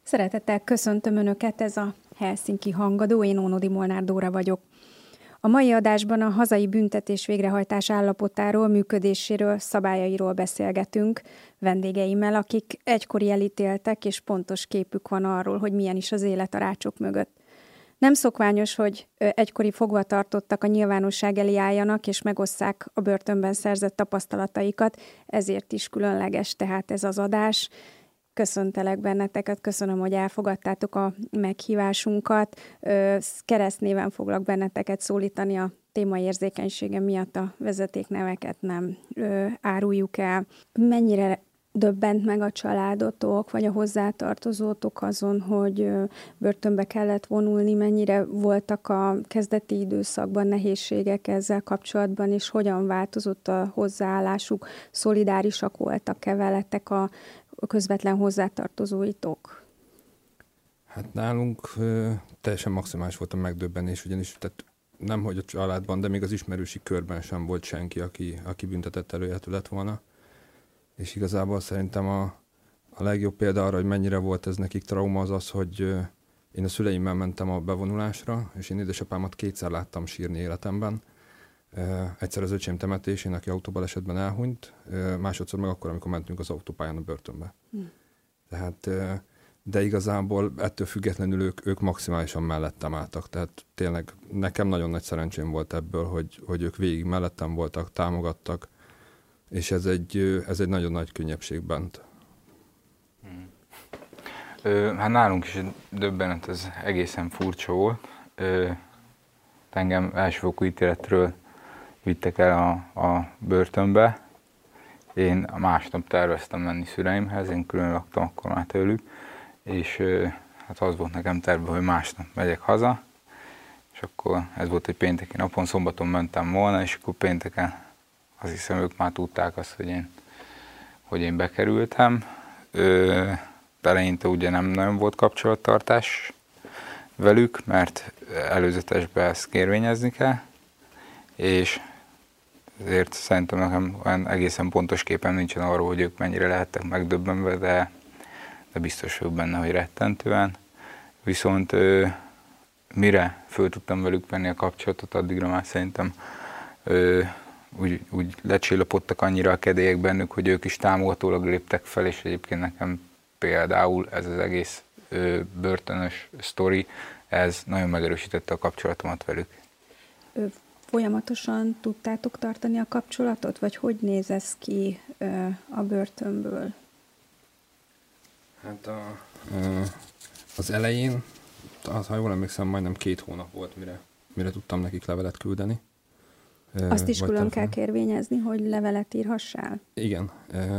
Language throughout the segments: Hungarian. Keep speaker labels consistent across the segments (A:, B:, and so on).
A: Szeretettel köszöntöm Önöket, ez a Helsinki Hangadó, én Ónodi Molnár Dóra vagyok. A mai adásban a hazai büntetés végrehajtás állapotáról, működéséről, szabályairól beszélgetünk vendégeimmel, akik egykori elítéltek, és pontos képük van arról, hogy milyen is az élet a rácsok mögött. Nem szokványos, hogy egykori fogvatartottak a nyilvánosság elé álljanak, és megosszák a börtönben szerzett tapasztalataikat, ezért is különleges tehát ez az adás. Köszöntelek benneteket, köszönöm, hogy elfogadtátok a meghívásunkat. Keresztnéven foglak benneteket szólítani, a téma érzékenysége miatt a vezetékneveket nem áruljuk el. Mennyire döbbent meg a családotok, vagy a hozzátartozótok azon, hogy börtönbe kellett vonulni, mennyire voltak a kezdeti időszakban nehézségek ezzel kapcsolatban, és hogyan változott a hozzáállásuk, szolidárisak voltak-e veletek a közvetlen hozzátartozóitok?
B: Hát nálunk teljesen maximális volt a megdöbbenés, ugyanis tehát nem hogy a családban, de még az ismerősi körben sem volt senki, aki büntetett előjeltő lett volna. És igazából szerintem a legjobb példa arra, hogy mennyire volt ez nekik trauma, az, hogy én a szüleimmel mentem a bevonulásra, és én édesapámat kétszer láttam sírni életemben. Egyszer az öcsém temetésén, aki autóbalesetben elhunyt, másodszor meg akkor, amikor mentünk az autópályán a börtönbe. Tehát, de igazából ettől függetlenül ők maximálisan mellettem álltak. Tehát tényleg nekem nagyon nagy szerencsém volt ebből, hogy ők végig mellettem voltak, támogattak, és ez egy nagyon nagy könnyebbség bent.
C: Hát nálunk is döbbenet, ez egészen furcsa volt. Engem elsőfokú ítéletről vittek el a börtönbe. Én másnap terveztem menni szüleimhez, én külön laktam akkor már tőlük, és hát az volt nekem terve, hogy másnap megyek haza, és akkor ez volt egy pénteki napon, szombaton mentem volna, és akkor pénteken azt hiszem, ők már tudták azt, hogy én bekerültem. Eleinte ugye nem nagyon volt kapcsolattartás velük, mert előzetesben ezt kérvényezni kell, és ezért szerintem nekem olyan egészen pontos képem nincsen arról, hogy ők mennyire lehettek megdöbbenve, de biztos vagyok benne, hogy rettentően. Viszont mire föl tudtam velük venni a kapcsolatot, addigra már szerintem úgy lecsillapodtak annyira a kedélyek bennük, hogy ők is támogatólag léptek fel, és egyébként nekem például ez az egész börtönös sztori, ez nagyon megerősítette a kapcsolatomat velük.
A: Folyamatosan tudtátok tartani a kapcsolatot, vagy hogy néz ez ki a börtönből?
B: Hát az elején, ha jól emlékszem, majdnem 2 hónap volt, mire tudtam nekik levelet küldeni.
A: Azt is külön kell kérvényezni, hogy levelet írhassál?
B: Igen.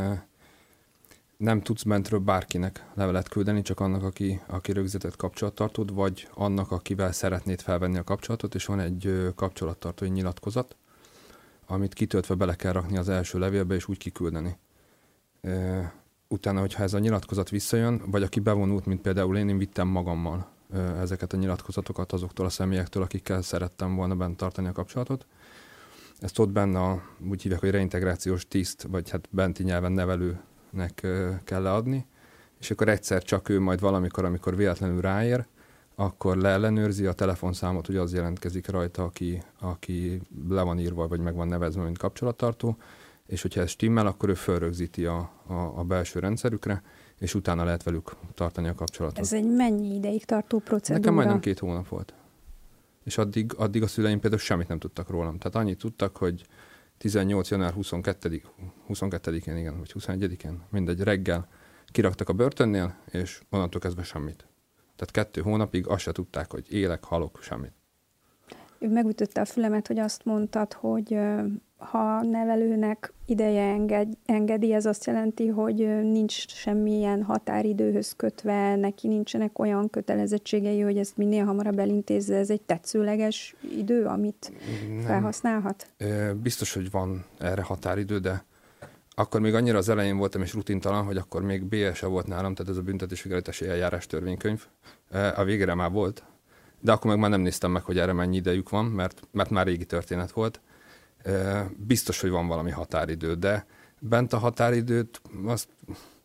B: Nem tudsz bentről bárkinek levelet küldeni, csak annak, aki rögzített kapcsolattartód, vagy annak, akivel szeretnéd felvenni a kapcsolatot, és van egy kapcsolattartói nyilatkozat, amit kitöltve bele kell rakni az első levélbe, és úgy kiküldeni. Utána, hogyha ez a nyilatkozat visszajön, vagy aki bevonult, mint például én vittem magammal ezeket a nyilatkozatokat azoktól a személyektől, akikkel szerettem volna bent tartani a kapcsolatot. Ezt ott benne úgy hívják, hogy reintegrációs tiszt, vagy hát benti nyelven nevelőnek kell leadni, és akkor egyszer csak ő majd valamikor, amikor véletlenül ráér, akkor leellenőrzi a telefonszámot, hogy az jelentkezik rajta, aki le van írva, vagy meg van nevezve, mint kapcsolattartó, és hogyha ez stimmel, akkor ő fölrögzíti a belső rendszerükre, és utána lehet velük tartani a kapcsolatot.
A: Ez egy mennyi ideig tartó procedúra?
B: Nekem majdnem 2 hónap volt. És addig a szüleim például semmit nem tudtak rólam. Tehát annyit tudtak, hogy 18. január 22-én, igen, vagy 21-én, mindegy, reggel kiraktak a börtönnél, és onnantól kezdve semmit. Tehát 2 hónapig azt se tudták, hogy élek, halok, semmit.
A: Ő megütötte a fülemet, hogy azt mondtad, hogy ha nevelőnek ideje engedi, ez azt jelenti, hogy nincs semmilyen határidőhöz kötve, neki nincsenek olyan kötelezettségei, hogy ezt minél hamarabb elintézze. Ez egy tetszőleges idő, amit felhasználhat?
B: Biztos, hogy van erre határidő, de akkor még annyira az elején voltam és rutintalan, hogy akkor még BSE volt nálam, tehát ez a büntetés-végrehajtási eljárás törvénykönyv. A végére már volt, de akkor meg már nem néztem meg, hogy erre mennyi idejük van, mert már régi történet volt. Biztos, hogy van valami határidő, de bent a határidőt azt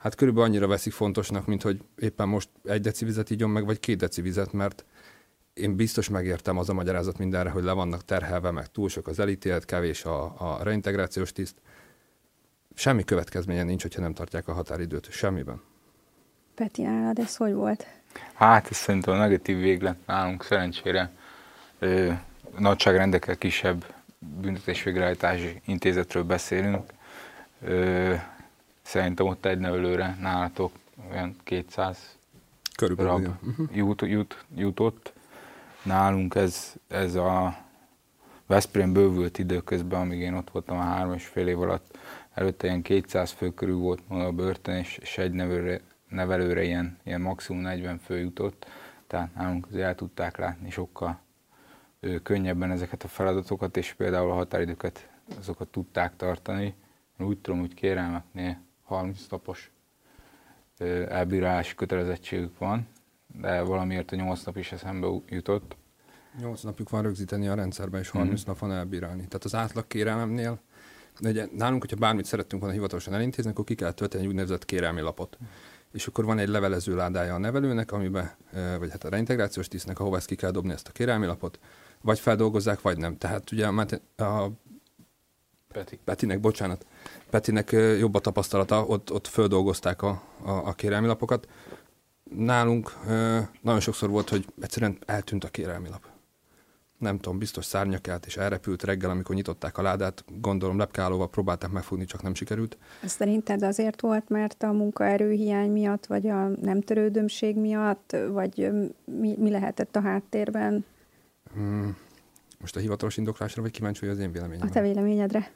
B: hát körülbelül annyira veszik fontosnak, mint hogy éppen most 1 deci vizet igyon meg, vagy 2 deci vizet, mert én biztos megértem az a magyarázat mindenre, hogy le vannak terhelve, meg túl sok az elítélt, kevés a reintegrációs tiszt. Semmi következménye nincs, hogyha nem tartják a határidőt. Semmiben.
A: Peti, nálad ez hogy volt?
C: Hát ez szerintem a negatív véglet nálunk szerencsére. Nagyságrendekkel kisebb büntetésvégrehajtási intézetről beszélünk. Szerintem ott egy nevelőre nálatok olyan 200 rab jutott. Nálunk ez a Veszprém bővült időközben, amíg én ott voltam a 3,5 év alatt, előtte ilyen 200 fő körül volt a börtön, és egy nevelőre ilyen maximum 40 fő jutott. Tehát nálunk azért el tudták látni sokkal könnyebben ezeket a feladatokat, és például a határidőket azokat tudták tartani. Úgy tudom, hogy kérelmeknél 30 napos elbírálási kötelezettségük van, de valamiért a 8 nap is eszembe jutott.
B: 8 napjuk van rögzíteni a rendszerben, és 30 nap van elbírálni. Tehát az átlag kérelmemnél, ugye nálunk, hogyha bármit szerettünk volna hivatalosan elintézni, akkor ki kell tölteni egy úgynevezett kérelmi lapot. És akkor van egy levelező ládája a nevelőnek, amiben, vagy hát a reintegrációs tisztnek, ahova ezt ki kell dobni, ezt a kérelmi lapot, vagy feldolgozzák, vagy nem. Tehát ugye a Petinek jobb a tapasztalata, ott földolgozták a kérelmi lapokat. Nálunk nagyon sokszor volt, hogy egyszerűen eltűnt a kérelmi lap. Nem tudom, biztos szárnyakelt és elrepült reggel, amikor nyitották a ládát. Gondolom lepkálóval próbálták megfogni, csak nem sikerült.
A: Szerinted azért volt, mert a munkaerőhiány miatt, vagy a nem törődömség miatt, vagy mi lehetett a háttérben?
B: Most a hivatalos indoklásra, vagy kíváncsi, hogy az én véleményem?
A: A te véleményedre.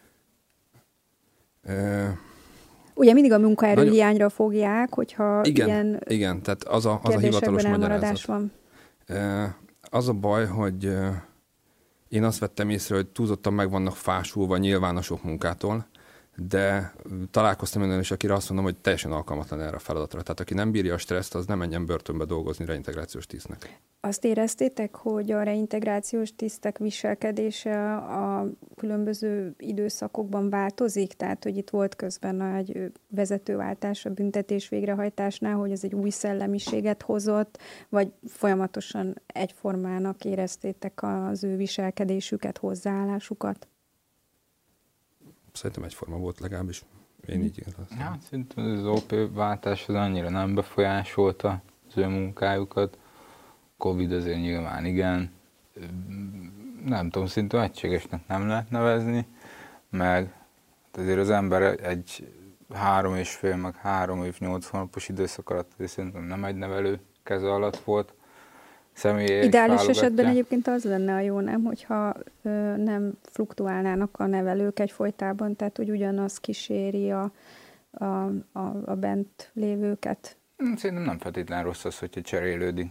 A: Ugye mindig a munkaerőhiányra fogják, hogyha
B: igen, tehát az a hivatalos magyarázat.
A: Van.
B: Az a baj, hogy én azt vettem észre, hogy túlzottan meg vannak fásulva nyilván a sok munkától, de találkoztam olyan is, akire azt mondom, hogy teljesen alkalmatlan erre a feladatra. Tehát aki nem bírja a stresszt, az nem menjen börtönbe dolgozni reintegrációs tisztnek.
A: Azt éreztétek, hogy a reintegrációs tisztek viselkedése a különböző időszakokban változik? Tehát, hogy itt volt közben egy vezetőváltás a büntetés végrehajtásnál, hogy ez egy új szellemiséget hozott, vagy folyamatosan egyformának éreztétek az ő viselkedésüket, hozzáállásukat?
B: Szerintem egyforma volt legalábbis. Én így értem.
C: Hát szerintem az OP váltás az annyira nem befolyásolta az ő munkájukat. Covid azért nyilván igen. Nem tudom, szerintem egységesnek nem lehet nevezni, meg azért az ember egy 3,5 meg 3 év 8 hónapos időszak alatt szerintem nem egy nevelő keze alatt volt.
A: Ideális esetben egyébként az lenne a jó, nem, hogyha nem fluktuálnának a nevelők egyfolytában, tehát hogy ugyanaz kíséri a bent lévőket.
C: Szerintem nem feltétlenül rossz az, hogyha cserélődik.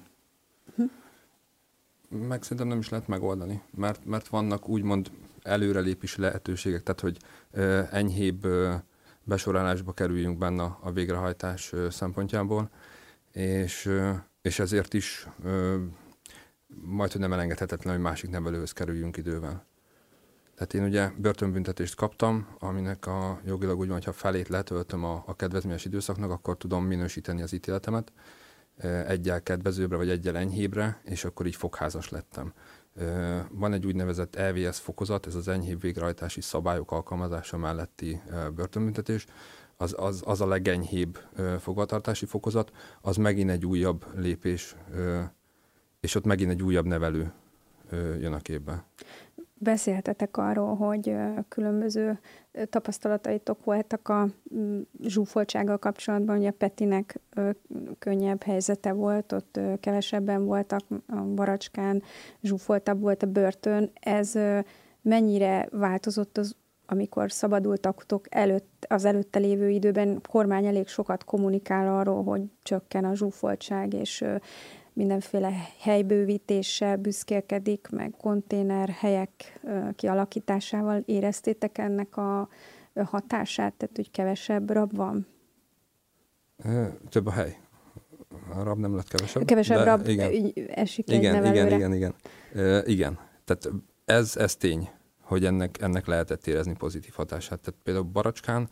B: Meg szerintem nem is lehet megoldani, mert vannak úgymond előrelépési lehetőségek, tehát hogy enyhébb besorolásba kerüljünk benne a végrehajtás szempontjából, és ezért is majdhogy nem elengedhetetlen, hogy másik nevelőhöz kerüljünk idővel. Tehát én ugye börtönbüntetést kaptam, aminek a jogilag úgy van, hogy ha felét letöltöm a kedvezményes időszaknak, akkor tudom minősíteni az ítéletemet egyel kedvezőbbre, vagy egyel enyhébbre, és akkor így fogházas lettem. Van egy úgynevezett EVS fokozat, ez az enyhébb végrehajtási szabályok alkalmazása melletti börtönbüntetés, az a legenyhébb fogvatartási fokozat, az megint egy újabb lépés, és ott megint egy újabb nevelő jön a képbe.
A: Beszéltetek arról, hogy különböző tapasztalataitok voltak a zsúfoltsággal kapcsolatban, hogy a Petinek könnyebb helyzete volt, ott kevesebben voltak, a Baracskán zsúfoltabb volt a börtön. Ez mennyire változott amikor szabadultatok az előtte lévő időben? Kormány elég sokat kommunikál arról, hogy csökken a zsúfoltság, és mindenféle helybővítéssel büszkélkedik, meg konténerhelyek kialakításával. Éreztétek ennek a hatását, tehát hogy kevesebb rab van?
B: Több a hely. A rab nem lett kevesebb.
A: Kevesebb rab esik egy nevelőre.
B: Igen. Tehát ez tény, hogy ennek lehetett érezni pozitív hatását. Tehát például Baracskán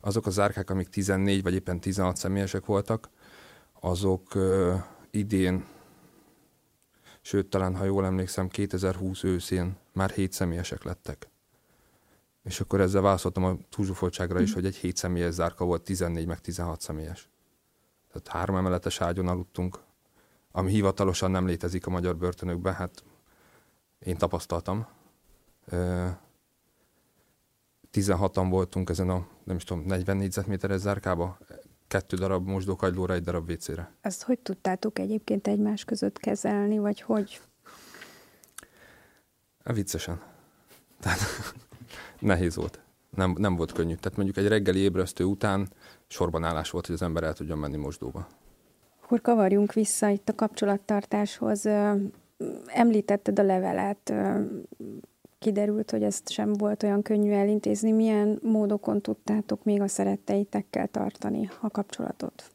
B: azok a zárkák, amik 14 vagy éppen 16 személyesek voltak, azok idén, sőt talán, ha jól emlékszem, 2020 őszén már 7 személyesek lettek. És akkor ezzel válaszoltam a túlzsúfoltságra is, hogy egy 7 személyes zárka volt, 14 meg 16 személyes. Tehát 3 emeletes ágyon aludtunk, ami hivatalosan nem létezik a magyar börtönökben, hát én tapasztaltam. 16-an voltunk ezen a, nem is tudom, 40 négyzetméteres zárkába, 2 darab mosdókagylóra, 1 darab WC-re.
A: Ezt hogy tudtátok egyébként egymás között kezelni, vagy hogy?
B: Viccesen. Tehát nehéz volt. Nem volt könnyű. Tehát mondjuk egy reggeli ébresztő után sorbanállás volt, hogy az ember el tudjon menni mosdóba.
A: Akkor kavarjunk vissza itt a kapcsolattartáshoz. Említetted a levelet. Kiderült, hogy ezt sem volt olyan könnyű elintézni. Milyen módokon tudtátok még a szeretteitekkel tartani a kapcsolatot?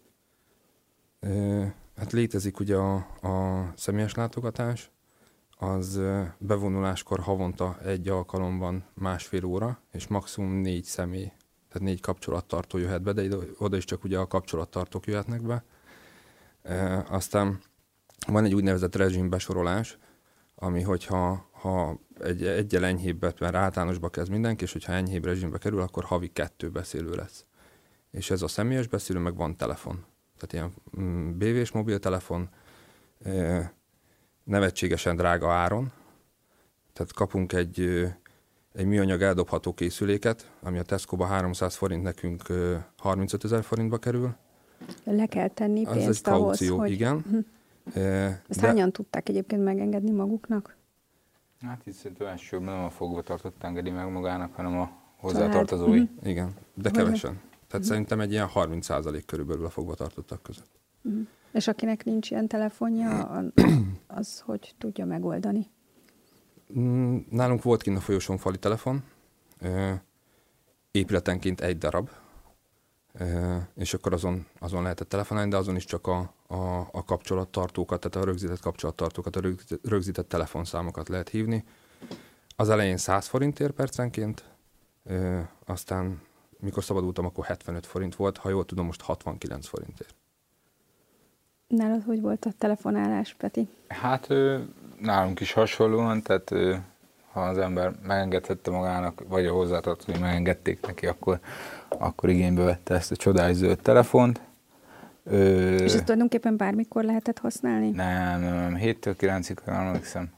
B: Hát létezik ugye a személyes látogatás, az bevonuláskor havonta 1 alkalom van 1,5 óra, és maximum 4 személy, tehát 4 kapcsolattartó jöhet be, de oda is csak ugye a kapcsolattartók jöhetnek be. Aztán van egy úgynevezett rezsimbesorolás, ami hogyha egyel enyhébbet, mert általánosba kezd mindenki, és hogyha enyhébb rezsimbe kerül, akkor havi 2 beszélő lesz. És ez a személyes beszélő, meg van telefon. Tehát ilyen BV-s mobiltelefon, nevetségesen drága áron. Tehát kapunk egy műanyag eldobható készüléket, ami a Tesco-ba 300 forint, nekünk 35 000 forintba kerül.
A: Le kell tenni pénzt
B: az egy kaució,
A: ahhoz, hogy...
B: igen.
A: Ezt hányan tudták egyébként megengedni maguknak?
C: Hát itt szerintem elsősorban nem a fogvatartott engedi meg magának, hanem a hozzátartozói.
B: Igen, de kevesen. Tehát szerintem egy ilyen 30% körülbelül a fogvatartottak között.
A: És akinek nincs ilyen telefonja, az hogy tudja megoldani?
B: Nálunk volt kint a folyosón fali telefon, épületenként 1 darab, és akkor azon lehetett telefonálni, de azon is csak a kapcsolattartókat, tehát a rögzített kapcsolattartókat, a rögzített telefonszámokat lehet hívni. Az elején 100 forintért percenként, aztán mikor szabadultam, akkor 75 forint volt, ha jól tudom, most 69 forintért.
A: Nálad hogy volt a telefonálás, Peti?
C: Hát nálunk is hasonlóan, tehát ha az ember megengedhette magának, vagy a hozzátartozói megengedték neki, akkor igénybe vette ezt a csodás zöld telefont.
A: És ezt tulajdonképpen bármikor lehetett használni?
C: Nem, 7-től 9-ig, nem emlékszem.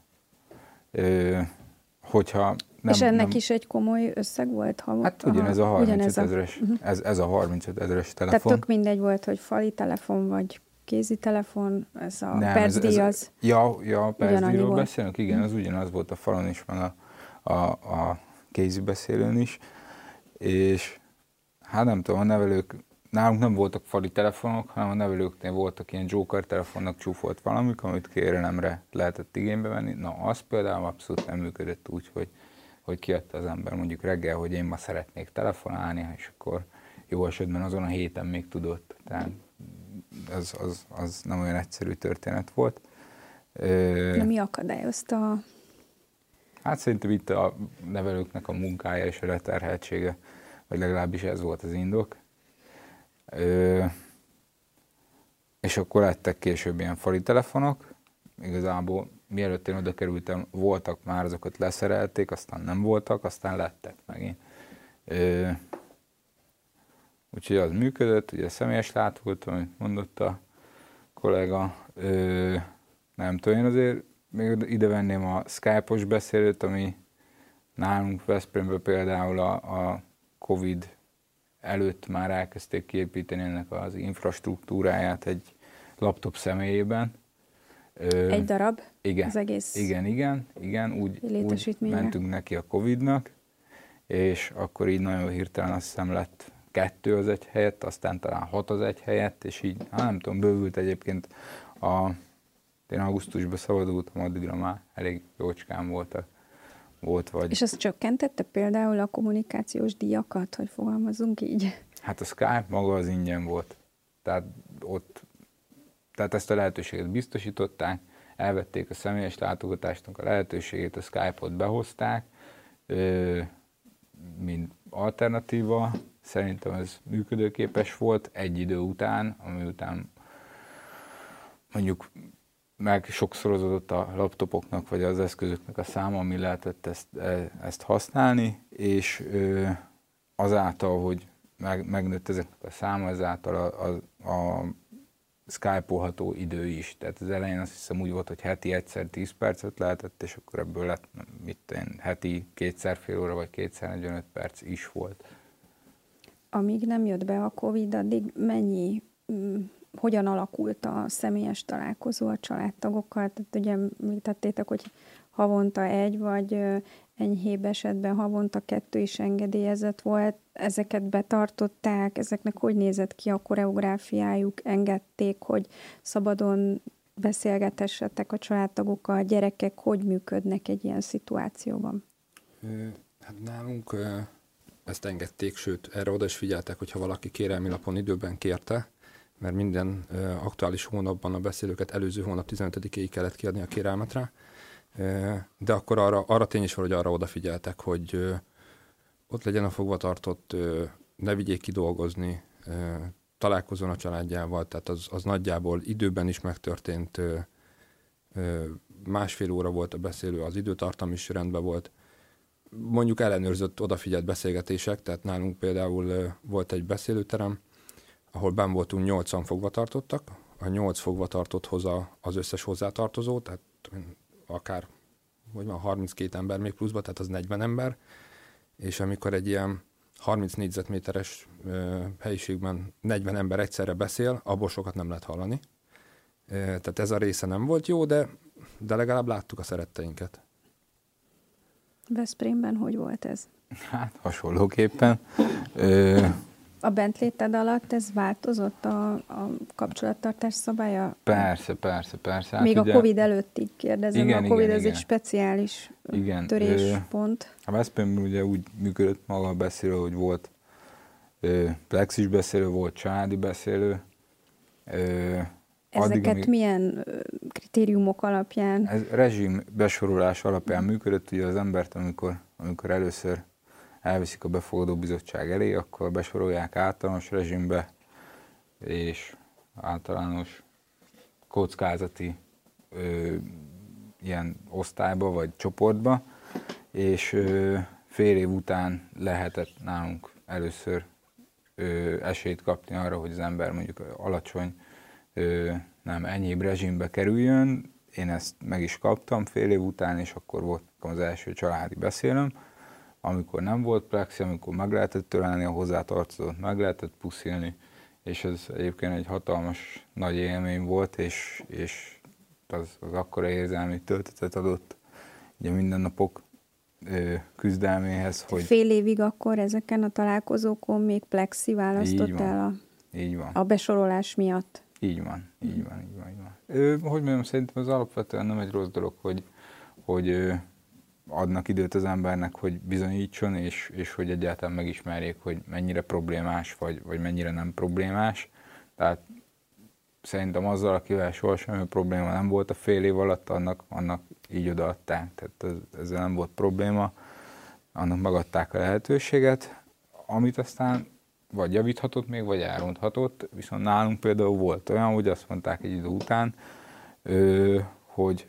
C: Hogyha nem,
A: és ennek is egy komoly összeg volt?
C: Hát ugyanez a 35 000-es, ez a 35 000-es telefon.
A: Tehát tök mindegy volt, hogy fali telefon vagy kézi telefon, ez a percdíj az?
C: Ja, percdíjról beszélünk, igen, az ugyanaz volt a falon is, van a kézi beszélőn is, és hát nem tudom, a nevelők, nálunk nem voltak fali telefonok, hanem a nevelőknél voltak ilyen Joker telefonnak csúfolt valamik, amit kérelemre lehetett igénybe venni. Na, az például abszolút nem működött úgy, hogy kiadta az ember mondjuk reggel, hogy én ma szeretnék telefonálni, és akkor jó esetben azon a héten még tudott. Tehát az nem olyan egyszerű történet volt.
A: De mi akadályozta?
C: Hát szerintem itt a nevelőknek a munkája és a leterheltsége, vagy legalábbis ez volt az indok. És akkor lettek később ilyen fali telefonok. Igazából mielőtt én oda kerültem, voltak már, azokat leszerelték, aztán nem voltak, aztán lettek megint. Úgyhogy az működött, ugye személyes látogató, amit mondott a kollega. Nem tudom, én azért még ide venném a Skype-os beszélőt, ami nálunk Veszprémben például a Covid előtt már elkezdték kiépíteni ennek az infrastruktúráját egy laptop személyében.
A: Egy darab?
C: Igen.
A: Az egész
C: igen, úgy mentünk neki a Covidnak, és akkor így nagyon hirtelen azt hiszem lett 2 az egy helyett, aztán talán 6 az egy helyett, és így, nem tudom, bővült egyébként én augusztusban szabadultam, addigra már elég jócskán volt vagy.
A: És ez csökkentette például a kommunikációs díjakat, hogy fogalmazunk így?
C: Hát a Skype maga az ingyen volt. Tehát ezt a lehetőséget biztosították, elvették a személyes látogatásnak a lehetőségét, a Skype-ot behozták, mint alternatíva, szerintem ez működőképes volt egy idő után, ami után mondjuk meg sokszorozódott a laptopoknak, vagy az eszközöknek a száma, ami lehetett ezt használni, és azáltal, hogy megnőtt ezeknek a száma, ezáltal a Skype-olható idő is. Tehát az elején azt hiszem úgy volt, hogy heti egyszer 10 percet lehetett, és akkor ebből lett heti kétszer fél óra, vagy kétszer 45 perc is volt.
A: Amíg nem jött be a Covid, addig hogyan alakult a személyes találkozó a családtagokkal? Tehát ugye említettétek, hogy havonta egy, vagy enyhébb esetben havonta 2 is engedélyezett volt. Ezeket betartották, ezeknek hogy nézett ki a koreográfiájuk? Engedték, hogy szabadon beszélgetessetek a családtagokkal, a gyerekek hogy működnek egy ilyen szituációban?
B: Hát nálunk ezt engedték, sőt, erre oda is figyeltek, hogyha valaki kérelmi lapon időben kérte, mert minden aktuális hónapban a beszélőket előző hónap 15-éig kellett kiadni a kérelmet rá, de akkor arra tény is van, hogy arra odafigyeltek, hogy ott legyen a fogvatartott, ne vigyék kidolgozni, találkozzon a családjával, tehát az nagyjából időben is megtörtént, másfél óra volt a beszélő, az időtartam is rendben volt. Mondjuk ellenőrzött, odafigyelt beszélgetések, tehát nálunk például volt egy beszélőterem, ahol benn voltunk 8-an fogvatartottak, a 8 fogvatartott hozza az összes hozzátartozó, tehát akár 32 ember még pluszba, tehát az 40 ember, és amikor egy ilyen 30 négyzetméteres helyiségben 40 ember egyszerre beszél, abból sokat nem lehet hallani. Tehát ez a része nem volt jó, de legalább láttuk a szeretteinket.
A: Veszprémben hogy volt ez?
C: Hát hasonlóképpen.
A: A bentléted alatt ez változott a kapcsolattartás szabálya?
C: Persze. Hát
A: még ugye, a Covid előttig kérdezem,
C: igen,
A: a Covid
C: igen,
A: ez egy speciális töréspont.
C: A Veszprémben ugye úgy működött maga a beszélő, hogy volt plexis beszélő, volt családi beszélő.
A: Ezeket milyen kritériumok alapján?
C: Ez rezsim besorolás alapján működött, ugye az embert, amikor először elviszik a befogadó bizottság elé, akkor besorolják általános rezsimbe és általános kockázati ilyen osztályba vagy csoportba, és fél év után lehetett nálunk először esélyt kapni arra, hogy az ember mondjuk alacsony, nem enyhébb rezsimbe kerüljön. Én ezt meg is kaptam fél év után, és akkor volt az első családi beszélőm, amikor nem volt plexi, amikor meg lehetett törelni a hozzátartozót, meg lehetett puszilni, és ez egyébként egy hatalmas nagy élmény volt, és az akkora érzelmi töltetet adott ugye mindennapok küzdelméhez, hogy...
A: Fél évig akkor ezeken a találkozókon még plexi választott el a besorolás miatt?
C: Így van. Hogy mondjam, szerintem az alapvetően nem egy rossz dolog, hogy adnak időt az embernek, hogy bizonyítson, és hogy egyáltalán megismerjék, hogy mennyire problémás, vagy mennyire nem problémás. Tehát szerintem azzal, akivel soha semmi probléma nem volt a fél év alatt, annak így odaadták. Tehát ezzel nem volt probléma, annak megadták a lehetőséget, amit aztán vagy javíthatott még, vagy elronthatott, viszont nálunk például volt olyan, hogy azt mondták egy idő után, hogy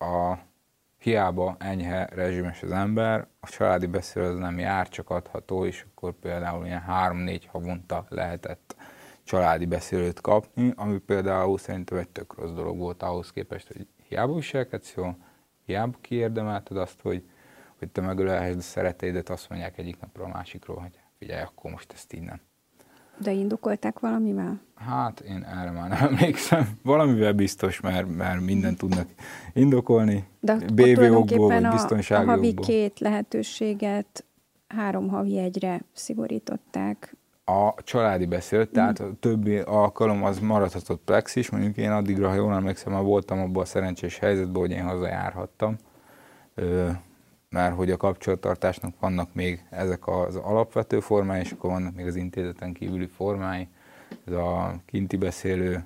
C: hiába enyhe rezsimes az ember, a családi beszélő az nem jár, csak adható, és akkor például ilyen 3-4 havonta lehetett családi beszélőt kapni, ami például szerintem egy tök rossz dolog volt ahhoz képest, hogy hiába viselkedsz jól, hiába kiérdemelted azt, hogy te megölelhessd a szeretédet, azt mondják egyik napról a másikról, hogy figyelj, akkor most ezt így nem.
A: De indokolták valamivel?
C: Hát én erre már nem emlékszem. Valamivel biztos, mert mindent tudnak indokolni.
A: De
C: BV-okból, vagy biztonsági
A: a havi 2 lehetőséget 3 havi 1-re szigorították.
C: A családi beszélt, tehát a többi alkalom az maradhatott plexis, mondjuk én addigra, ha jól emlékszem, már voltam abban a szerencsés helyzetben, hogy én hazajárhattam, mert hogy a kapcsolattartásnak vannak még ezek az alapvető formái, és akkor vannak még az intézeten kívüli formái. Ez a kinti beszélő,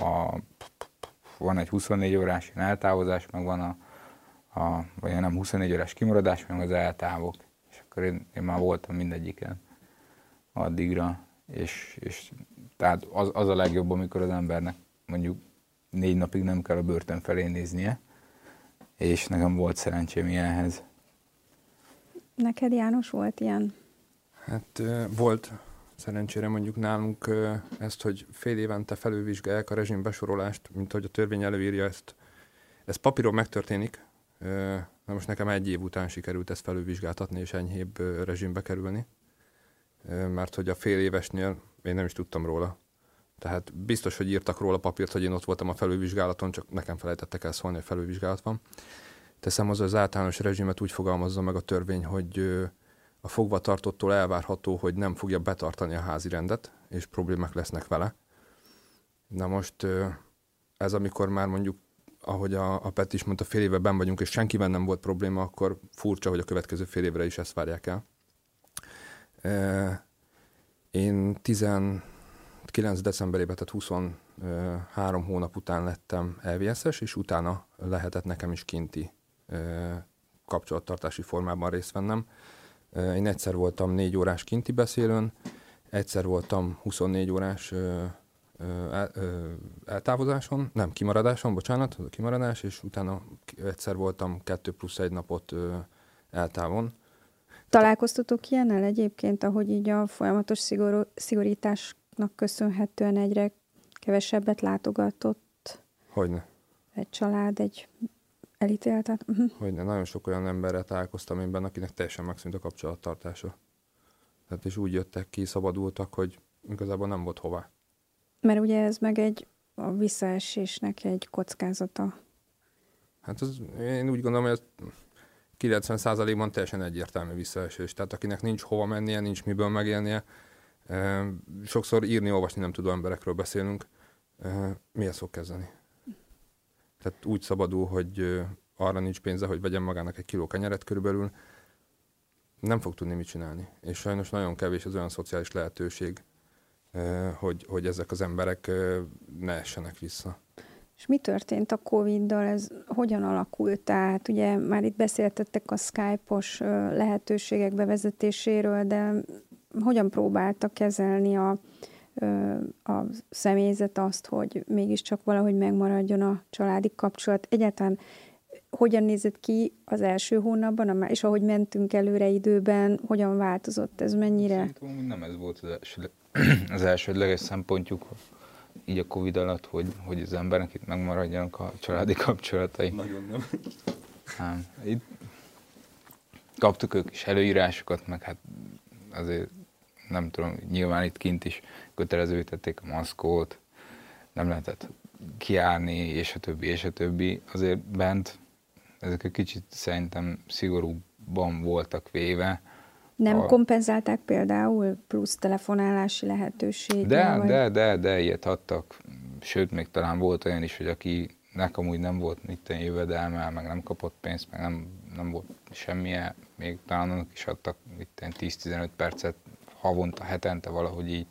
C: van egy 24 órás eltávozás, meg van vagy nem 24 órás kimaradás, meg az eltávok. És akkor én már voltam mindegyiken. addigra, és tehát az a legjobb, amikor az embernek mondjuk 4 napig nem kell a börtön felé néznie, és nekem volt szerencsém ilyenhez.
A: Neked, János, volt ilyen?
B: Hát volt szerencsére mondjuk nálunk ezt, hogy fél évente felülvizsgálják a rezsimbesorolást, mint hogy a törvény előírja ezt. Ez papíron megtörténik, na most nekem 1 év után sikerült ezt felülvizsgáltatni és enyhébb rezsimbe kerülni, mert hogy a fél évesnél én nem is tudtam róla. Tehát biztos, hogy írtak róla papírt, hogy én ott voltam a felülvizsgálaton, csak nekem felejtettek el szólni, hogy felülvizsgálat van. Teszem, az általános rezsimet úgy fogalmazza meg a törvény, hogy a fogvatartottól elvárható, hogy nem fogja betartani a házi rendet, és problémák lesznek vele. Na most ez amikor már mondjuk, ahogy a Peti is mondta, fél éve benn vagyunk, és senkiben nem volt probléma, akkor furcsa, hogy a következő fél évre is ezt várják el. Én 19 decemberében, tehát 23 hónap után lettem LVS-es, és utána lehetett nekem is kinti kapcsolattartási formában részt vennem. Én egyszer voltam 4 órás kinti beszélőn, egyszer voltam 24 órás eltávozáson, nem, kimaradáson, bocsánat, az a kimaradás, és utána egyszer voltam 2+1 napot eltávon.
A: Találkoztatok ilyennel egyébként, ahogy így a folyamatos szigorításnak köszönhetően egyre kevesebbet látogatott?
B: Hogyne.
A: Egy család, egy elítéltet?
B: Hogyne, nagyon sok olyan emberrel találkoztam én benne, akinek teljesen megszűnt a kapcsolattartása. Tehát és úgy jöttek ki, szabadultak, hogy igazából nem volt hová.
A: Mert ugye ez meg a visszaesésnek egy kockázata.
B: Hát én úgy gondolom, hogy ez 90%-ban teljesen egyértelmű visszaesés. Tehát akinek nincs hova mennie, nincs miből megélnie. Sokszor írni, olvasni nem tudó emberekről beszélünk. Mihez fog kezdeni? Tehát úgy szabadul, hogy arra nincs pénze, hogy vegyen magának 1 kiló kenyeret körülbelül. Nem fog tudni mit csinálni. És sajnos nagyon kevés az olyan szociális lehetőség, hogy ezek az emberek ne essenek vissza.
A: És mi történt a Covid-dal? Ez hogyan alakult? Tehát ugye már itt beszéltettek a Skype-os lehetőségek bevezetéséről, de hogyan próbálta kezelni a személyzet azt, hogy mégiscsak valahogy megmaradjon a családi kapcsolat? Egyáltalán hogyan nézett ki az első hónapban, és ahogy mentünk előre időben, hogyan változott ez, mennyire?
C: Szerintem nem ez volt az elsődleges szempontjuk így a Covid alatt, hogy az embernek itt megmaradjanak a családi kapcsolatai.
B: Nagyon nem.
C: Nem. Itt kaptuk ők is előírásokat, meg hát azért nem tudom, nyilván itt kint is kötelezővé tették a maszkot, nem lehetett kijárni, és a többi, és a többi. Azért bent ezek egy kicsit szerintem szigorúbban voltak véve.
A: Nem kompenzálták például plusz telefonálási lehetőséggel?
C: De ilyet adtak. Sőt, még talán volt olyan is, hogy akinek amúgy nem volt mitten jövedelme, meg nem kapott pénzt, meg nem volt semmilyen, még talán annak is adtak mitten 10-15 percet havonta, hetente valahogy így.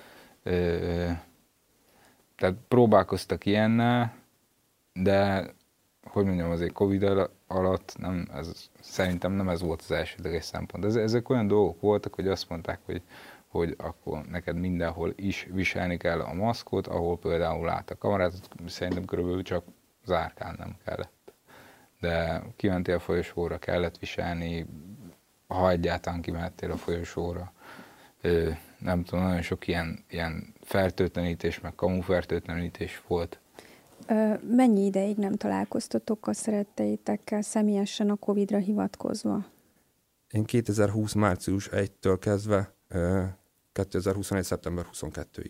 C: Tehát próbálkoztak ilyennel, de hogy mondjam, azért Covid alatt szerintem nem ez volt az elsődleges szempont. Ezek olyan dolgok voltak, hogy azt mondták, hogy akkor neked mindenhol is viselni kell a maszkot, ahol például lát a kamarát, szerintem körülbelül csak zárkán nem kellett. De kimentél a folyosóra, kellett viselni, ha egyáltalán kimentél a folyosóra. Nem tudom, nagyon sok ilyen fertőtlenítés, meg kamufertőtlenítés volt.
A: Mennyi ideig nem találkoztatok a szeretteitekkel személyesen a Covid-ra hivatkozva?
B: Én 2020 március 1-től kezdve 2021. szeptember 22-ig.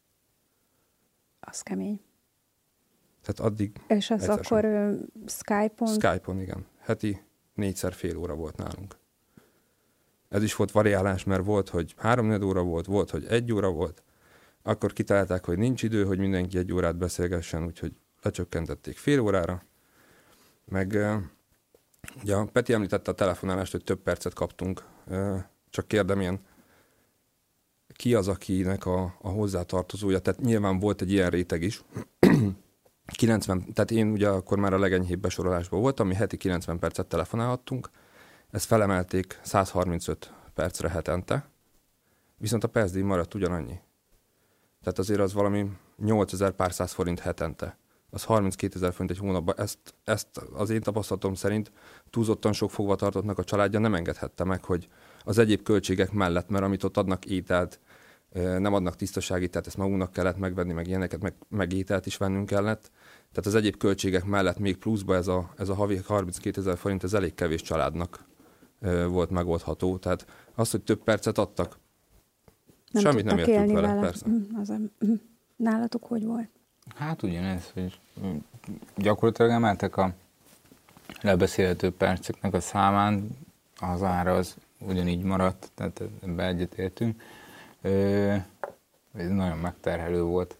A: Az kemény.
B: Tehát addig...
A: És az akkor Skype-on?
B: Skype-on, igen. Heti 4x fél óra volt nálunk. Ez is volt variálás, mert volt, hogy 3-4 óra volt, hogy 1 óra volt. Akkor kitalálták, hogy nincs idő, hogy mindenki 1 órát beszélgessen, úgyhogy lecsökkentették fél órára. Meg ugye a Peti említette a telefonálást, hogy több percet kaptunk. Csak kérdem ilyen, ki az, akinek a hozzátartozója? Tehát nyilván volt egy ilyen réteg is. 90, tehát én ugye akkor már a legenyhébb besorolásban voltam, mi heti 90 percet telefonálhattunk. Ezt felemelték 135 percre hetente. viszont a percdíj maradt ugyanannyi. Tehát azért az valami 8000 pár száz forint hetente. Az 32 000 forint egy hónapban. Ezt az én tapasztalatom szerint túlzottan sok fogvatartottnak a családja nem engedhette meg, hogy az egyéb költségek mellett, mert amit ott adnak ételt, nem adnak tisztasági, tehát ezt magunknak kellett megvenni, meg ilyeneket, meg ételt is vennünk kellett. Tehát az egyéb költségek mellett még pluszba ez a havi 32 000 forint, ez elég kevés családnak volt megoldható. Tehát az, hogy több percet adtak, semmit nem értünk vele, persze.
A: Nálatok hogy volt?
C: Hát ugyanez, hogy gyakorlatilag emeltek a lebeszélhető perceknek a számán, az ára az ugyanígy maradt, tehát ebben egyetértünk. Ez nagyon megterhelő volt.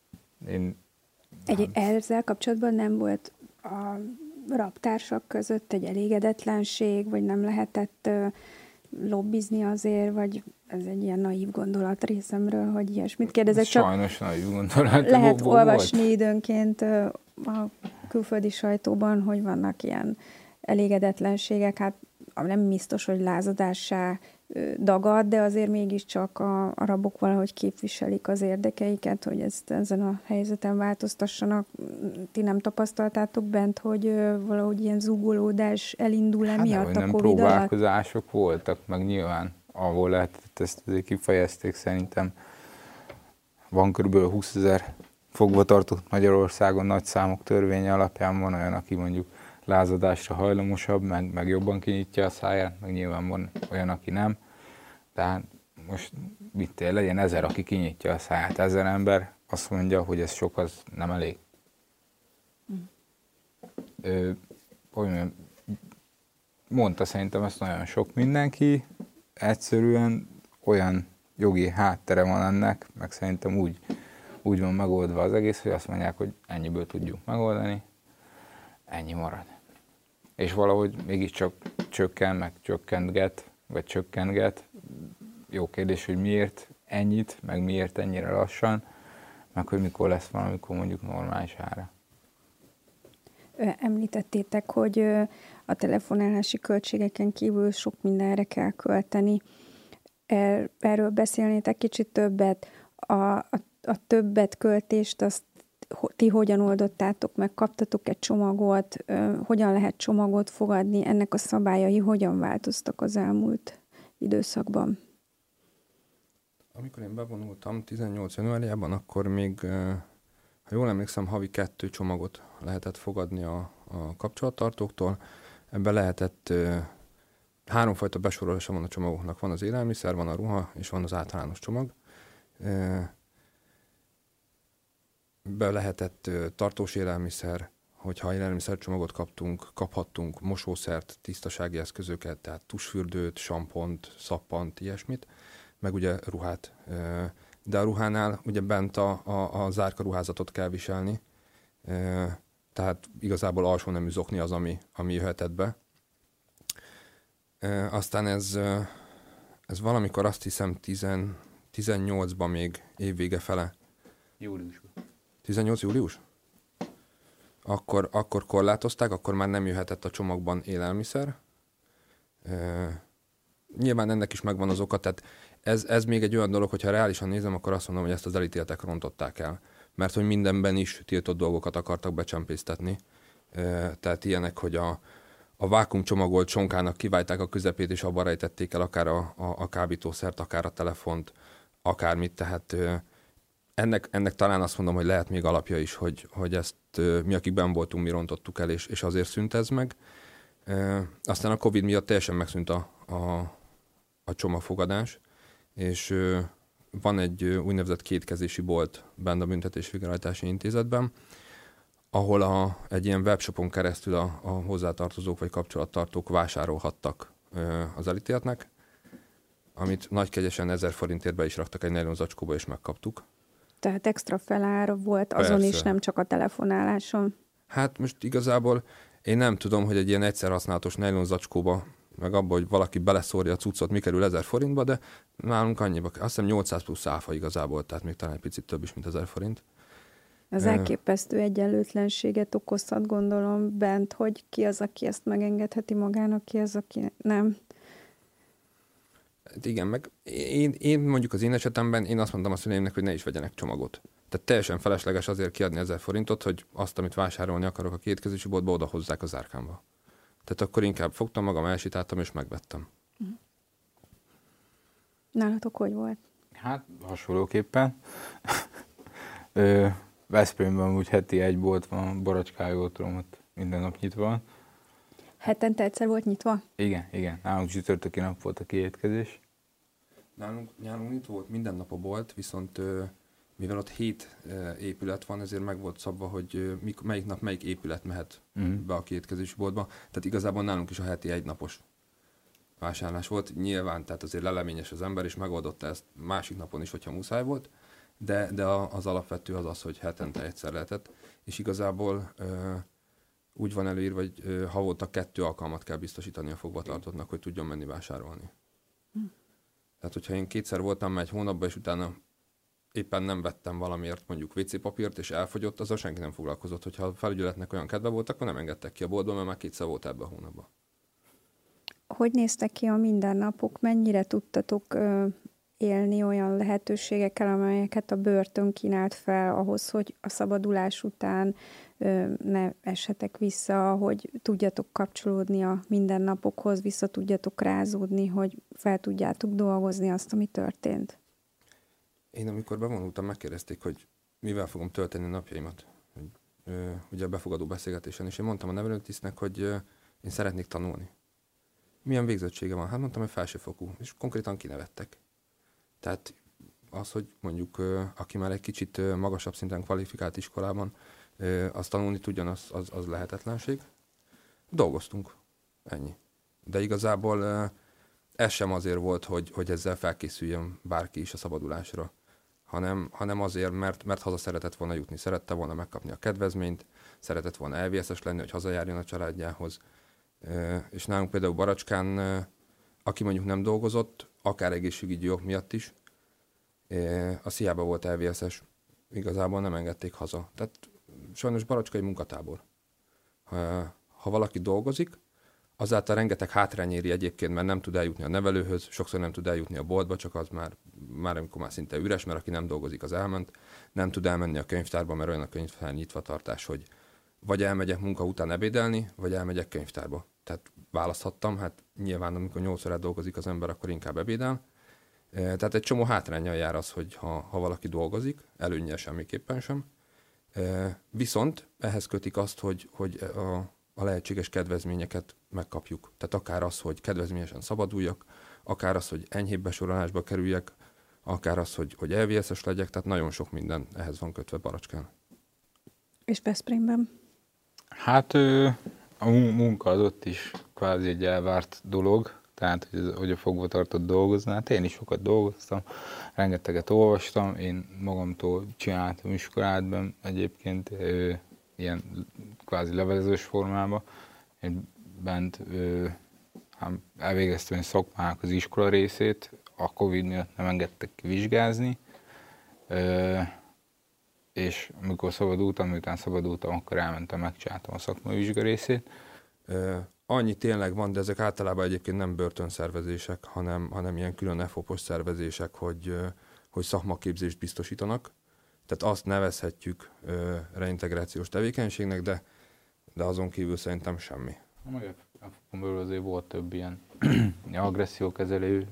A: Ezzel kapcsolatban nem volt a rabtársak között egy elégedetlenség, vagy nem lehetett lobbizni azért, vagy ez egy ilyen naív gondolat részemről, hogy ilyesmit kérdezek.
C: Sajnos naív gondolat.
A: Lehet olvasni időnként a külföldi sajtóban, hogy vannak ilyen elégedetlenségek, hát nem biztos, hogy lázadássá dagad, de azért mégiscsak a rabok valahogy képviselik az érdekeiket, hogy ezen a helyzeten változtassanak. Ti nem tapasztaltátok bent, hogy valahogy ilyen zúgolódás elindul-e miatt a Covid alatt?
C: Próbálkozások voltak, meg nyilván, ahol lehetett, ezt azért kifejezték, szerintem van kb. 20 000 fogvatartott Magyarországon nagy számok törvénye alapján, van olyan, aki mondjuk lázadásra hajlamosabb, meg jobban kinyitja a száját, meg nyilván van olyan, aki nem. Tehát most legyen 1000, aki kinyitja a száját, 1000 ember azt mondja, hogy ez sok, az nem elég. Mondta szerintem ezt nagyon sok mindenki, egyszerűen olyan jogi háttere van ennek, meg szerintem úgy van megoldva az egész, hogy azt mondják, hogy ennyiből tudjuk megoldani, ennyi marad. És valahogy mégiscsak csökkentget. Jó kérdés, hogy miért ennyit, meg miért ennyire lassan, meg hogy mikor lesz valamikor mondjuk normális ára.
A: Említettétek, hogy a telefonálási költségeken kívül sok mindenre kell költeni. Erről beszélnétek kicsit többet. A többet költést azt ti hogyan oldottátok meg? Kaptatok egy csomagot? Hogyan lehet csomagot fogadni? Ennek a szabályai hogyan változtak az elmúlt időszakban?
B: Amikor én bevonultam 18 januárjában, akkor még, ha jól emlékszem, havi 2 csomagot lehetett fogadni a kapcsolattartóktól. Ebben lehetett 3 fajta besorolása van a csomagoknak. Van az élelmiszer, van a ruha, és van az általános csomag. Be lehetett tartós élelmiszer, hogyha élelmiszercsomagot kaphattunk mosószert, tisztasági eszközöket, tehát tusfürdőt, sampont, szappant, ilyesmit, meg ugye ruhát. De a ruhánál ugye bent a zárka ruházatot kell viselni, tehát igazából alsó nemű zokni az, ami jöhetett be. Aztán ez valamikor azt hiszem 18-ban még évvége fele.
C: Júliusban.
B: 18 július? Akkor korlátozták, akkor már nem jöhetett a csomagban élelmiszer. Nyilván ennek is megvan az oka, tehát ez még egy olyan dolog, hogyha reálisan nézem, akkor azt mondom, hogy ezt az elítéltek rontották el. Mert hogy mindenben is tiltott dolgokat akartak becsempésztetni. Tehát ilyenek, hogy a vákuumcsomagolt sonkának kiválták a közepét, és abban rejtették el akár a kábítószert, akár a telefont, akármit, tehát ennek talán azt mondom, hogy lehet még alapja is, hogy ezt mi, akik benn voltunk, mi rontottuk el, és azért szűnt ez meg. Aztán a Covid miatt teljesen megszűnt a csomagfogadás, és van egy úgynevezett kétkezési bolt bent a Büntetés Végrehajtási Intézetben, ahol egy ilyen webshopon keresztül a hozzátartozók vagy kapcsolattartók vásárolhattak az elítéltnek, amit nagykegyesen 1000 forintért be is raktak egy nylon zacskóba, és megkaptuk.
A: Tehát extra felár volt azon Persze. is, nem csak a telefonáláson.
B: Hát most igazából én nem tudom, hogy egy ilyen egyszer használatos nylon zacskóba, meg abba, hogy valaki beleszórja a cuccot, mi kerül 1000 forintba, de nálunk annyiba, azt hiszem 800 plusz áfa igazából, tehát még talán egy picit több is, mint 1000 forint.
A: Az elképesztő egyenlőtlenséget okozhat, gondolom, bent, hogy ki az, aki ezt megengedheti magának, ki az, aki nem.
B: Igen, meg én mondjuk az én esetemben én azt mondtam a szüleimnek, hogy ne is vegyenek csomagot. Tehát teljesen felesleges azért kiadni 1000 forintot, hogy azt, amit vásárolni akarok a kétkezésű boltba, oda hozzák az árkámba. Tehát akkor inkább fogtam magam, elsitáltam és megvettem.
A: Nálatok hogy volt?
C: Hát hasonlóképpen. Veszprémben úgy heti egy bolt van, Baracskájól tudom, ott minden nap nyitva van.
A: Hetente egyszer volt nyitva?
C: Igen. Nálunk csütörtöki nap volt a kiétkezés.
B: Nálunk nyitva volt minden nap a bolt, viszont mivel ott 7 épület van, ezért meg volt szabva, hogy melyik nap melyik épület mehet be a kiétkezési boltba. Tehát igazából nálunk is a heti egynapos vásárlás volt. Nyilván, tehát azért leleményes az ember, és megoldotta ezt másik napon is, hogyha muszáj volt, de az alapvető az, hogy hetente egyszer lehetett. És igazából úgy van előírva, hogy havonta 2 alkalmat kell biztosítani a fogvatartottnak, hogy tudjon menni vásárolni. Tehát, hogyha én 2-szer voltam már egy hónapban, és utána éppen nem vettem valamiért mondjuk WC papírt, és elfogyott, azzal senki nem foglalkozott. Hogyha a felügyeletnek olyan kedve volt, akkor nem engedtek ki a boltba, mert már 2-szer volt ebben a hónapban.
A: Hogy néztek ki a mindennapok? Mennyire tudtatok élni olyan lehetőségekkel, amelyeket a börtön kínált fel ahhoz, hogy a szabadulás után ne essetek vissza, hogy tudjatok kapcsolódni a mindennapokhoz, vissza tudjatok rázódni, hogy fel tudjátok dolgozni azt, ami történt?
B: Én amikor bevonultam, megkérdezték, hogy mivel fogom tölteni a napjaimat. Ugye a befogadó beszélgetésen, és én mondtam a nevelőtisztnek, hogy én szeretnék tanulni. Milyen végzettsége van? Hát mondtam, hogy felsőfokú, és konkrétan kinevettek. Tehát az, hogy mondjuk aki már egy kicsit magasabb szinten kvalifikált iskolában, azt tanulni tudjon, az lehetetlenség. Dolgoztunk. Ennyi. De igazából ez sem azért volt, hogy ezzel felkészüljön bárki is a szabadulásra, hanem azért, mert haza szeretett volna jutni, szerette volna megkapni a kedvezményt, szeretett volna LVS-es lenni, hogy hazajárjon a családjához. És nálunk például Baracskán, aki mondjuk nem dolgozott, akár egészségügyi ok miatt is, a Sziába volt LVS-es, igazából nem engedték haza. Tehát sajnos Baracska egy munkatábor. Ha valaki dolgozik, azáltal rengeteg hátrány éri egyébként, mert nem tud eljutni a nevelőhöz, sokszor nem tud eljutni a boltba, csak az már amikor már szinte üres, mert aki nem dolgozik, az elment. Nem tud elmenni a könyvtárba, mert olyan a könyvtár nyitvatartás, hogy vagy elmegyek munka után ebédelni, vagy elmegyek könyvtárba. Tehát választhattam, hát nyilván amikor 8 órát dolgozik az ember, akkor inkább ebédel. Tehát egy csomó hátránnyal jár az, hogy ha valaki dolgozik, előnnyel semmiképpen sem. Viszont ehhez kötik azt, hogy a lehetséges kedvezményeket megkapjuk. Tehát akár az, hogy kedvezményesen szabaduljak, akár az, hogy enyhébb besorolásba kerüljek, akár az, hogy LVS-es legyek, tehát nagyon sok minden ehhez van kötve Baracskán.
A: És Veszprémben?
C: Hát a munka az ott is kvázi egy elvárt dolog, tehát hogy a fogvatartott dolgozni. Hát én is sokat dolgoztam, rengeteget olvastam, én magamtól csináltam iskoládban egyébként ilyen kvázi levelezős formában. Én bent elvégeztem egy szakmának az iskola részét, a Covid miatt nem engedtek ki vizsgázni, és amikor szabadultam, miután szabadultam, akkor elmentem, megcsináltam a szakmai vizsga részét.
B: Annyi tényleg van, de ezek általában egyébként nem börtönszervezések, hanem ilyen külön FOP-os szervezések, hogy szakmaképzést biztosítanak. Tehát azt nevezhetjük reintegrációs tevékenységnek, de azon kívül szerintem semmi.
C: A magyar FOP-on belül azért volt több ilyen agressziókezelő,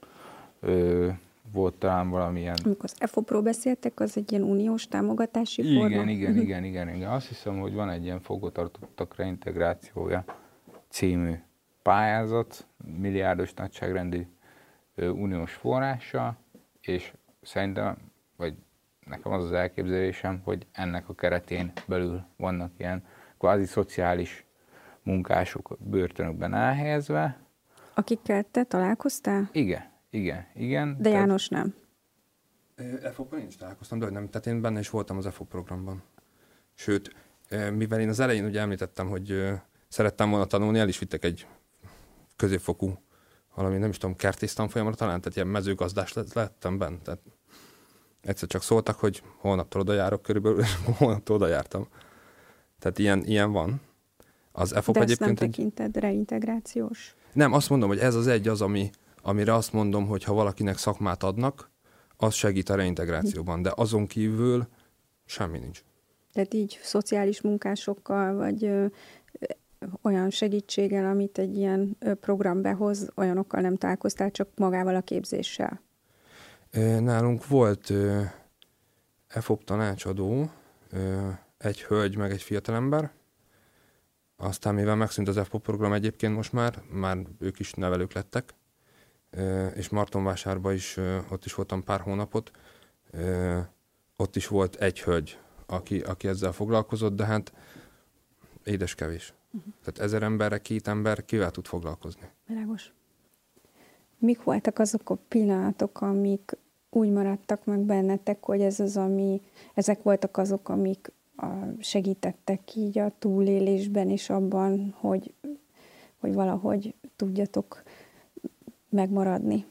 C: volt talán valamilyen...
A: Amikor az FOP-ról beszéltek, az egy ilyen uniós támogatási forma?
C: Igen. Azt hiszem, hogy van egy ilyen fogvatartottak reintegrációja című pályázat, milliárdos nagyságrendű uniós forrással, és szerintem, vagy nekem az az elképzelésem, hogy ennek a keretén belül vannak ilyen kvázi szociális munkások bőrtönökben elhelyezve.
A: Akikkel te találkoztál?
C: Igen.
A: De János nem.
B: FOP-on én is találkoztam, de nem. Tehát én benne is voltam az FOP programban. Sőt, mivel én az elején ugye említettem, hogy szerettem volna tanulni, el is vittek egy középfokú, valami nem is tudom, kertésztanfolyamra talán, tehát ilyen mezőgazdás lettem benne. Tehát egyszer csak szóltak, hogy holnaptól oda járok körülbelül, és holnaptól oda jártam. Tehát ilyen van. Az FOP
A: de
B: egyébként
A: ezt nem tekinted reintegrációs?
B: Nem, azt mondom, hogy ez az egy az, amire azt mondom, hogy ha valakinek szakmát adnak, az segít a reintegrációban, de azon kívül semmi nincs.
A: Tehát így szociális munkásokkal, vagy olyan segítséggel, amit egy ilyen program behoz, olyanokkal nem találkoztál, csak magával a képzéssel?
B: Nálunk volt EFOP tanácsadó, egy hölgy meg egy fiatalember, aztán mivel megszűnt az EFOP program egyébként most már ők is nevelők lettek, és Martonvásárban is, ott is voltam pár hónapot, ott is volt egy hölgy, aki ezzel foglalkozott, de hát édes kevés. Tehát 1000 emberre 2 ember kivel tud foglalkozni?
A: Világos. Mik voltak azok a pillanatok, amik úgy maradtak meg bennetek, hogy ezek voltak azok, amik segítettek így a túlélésben és abban, hogy valahogy tudjatok megmaradni?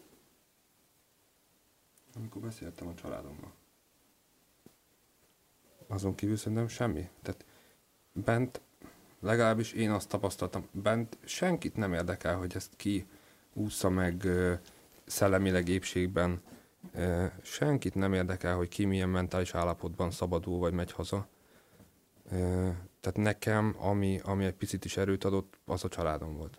B: Amikor beszéltem a családommal. Azon kívül szerintem semmi. Tehát bent, legalábbis én azt tapasztaltam, bent senkit nem érdekel, hogy ezt ki ússza meg szellemileg épségben. Senkit nem érdekel, hogy ki milyen mentális állapotban szabadul, vagy megy haza. Tehát nekem, ami egy picit is erőt adott, az a családom volt.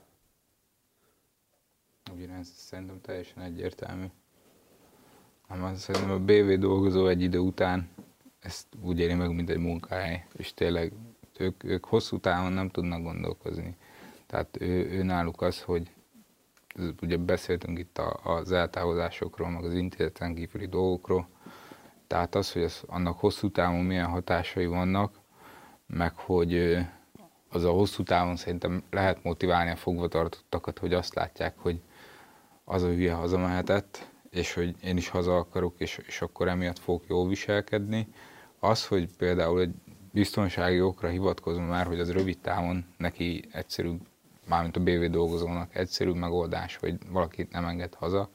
C: Ugyanez szerintem teljesen egyértelmű. Szerintem a BV dolgozó egy idő után ezt úgy éli meg, mint egy munkahely, és tényleg ők hosszú távon nem tudnak gondolkozni. Tehát ő náluk az, hogy ugye beszéltünk itt az eltávozásokról, meg az intézeten kívüli dolgokról, tehát az, hogy annak hosszú távon milyen hatásai vannak, meg hogy az a hosszú távon szerintem lehet motiválni a fogvatartottakat, hogy azt látják, hogy az a hülye hazamehetett, és hogy én is haza akarok, és akkor emiatt fogok jól viselkedni. Az, hogy például egy biztonsági okra hivatkozom már, hogy az rövid távon neki egyszerűbb, mármint a BV dolgozónak egyszerűbb megoldás, hogy valakit nem enged haza,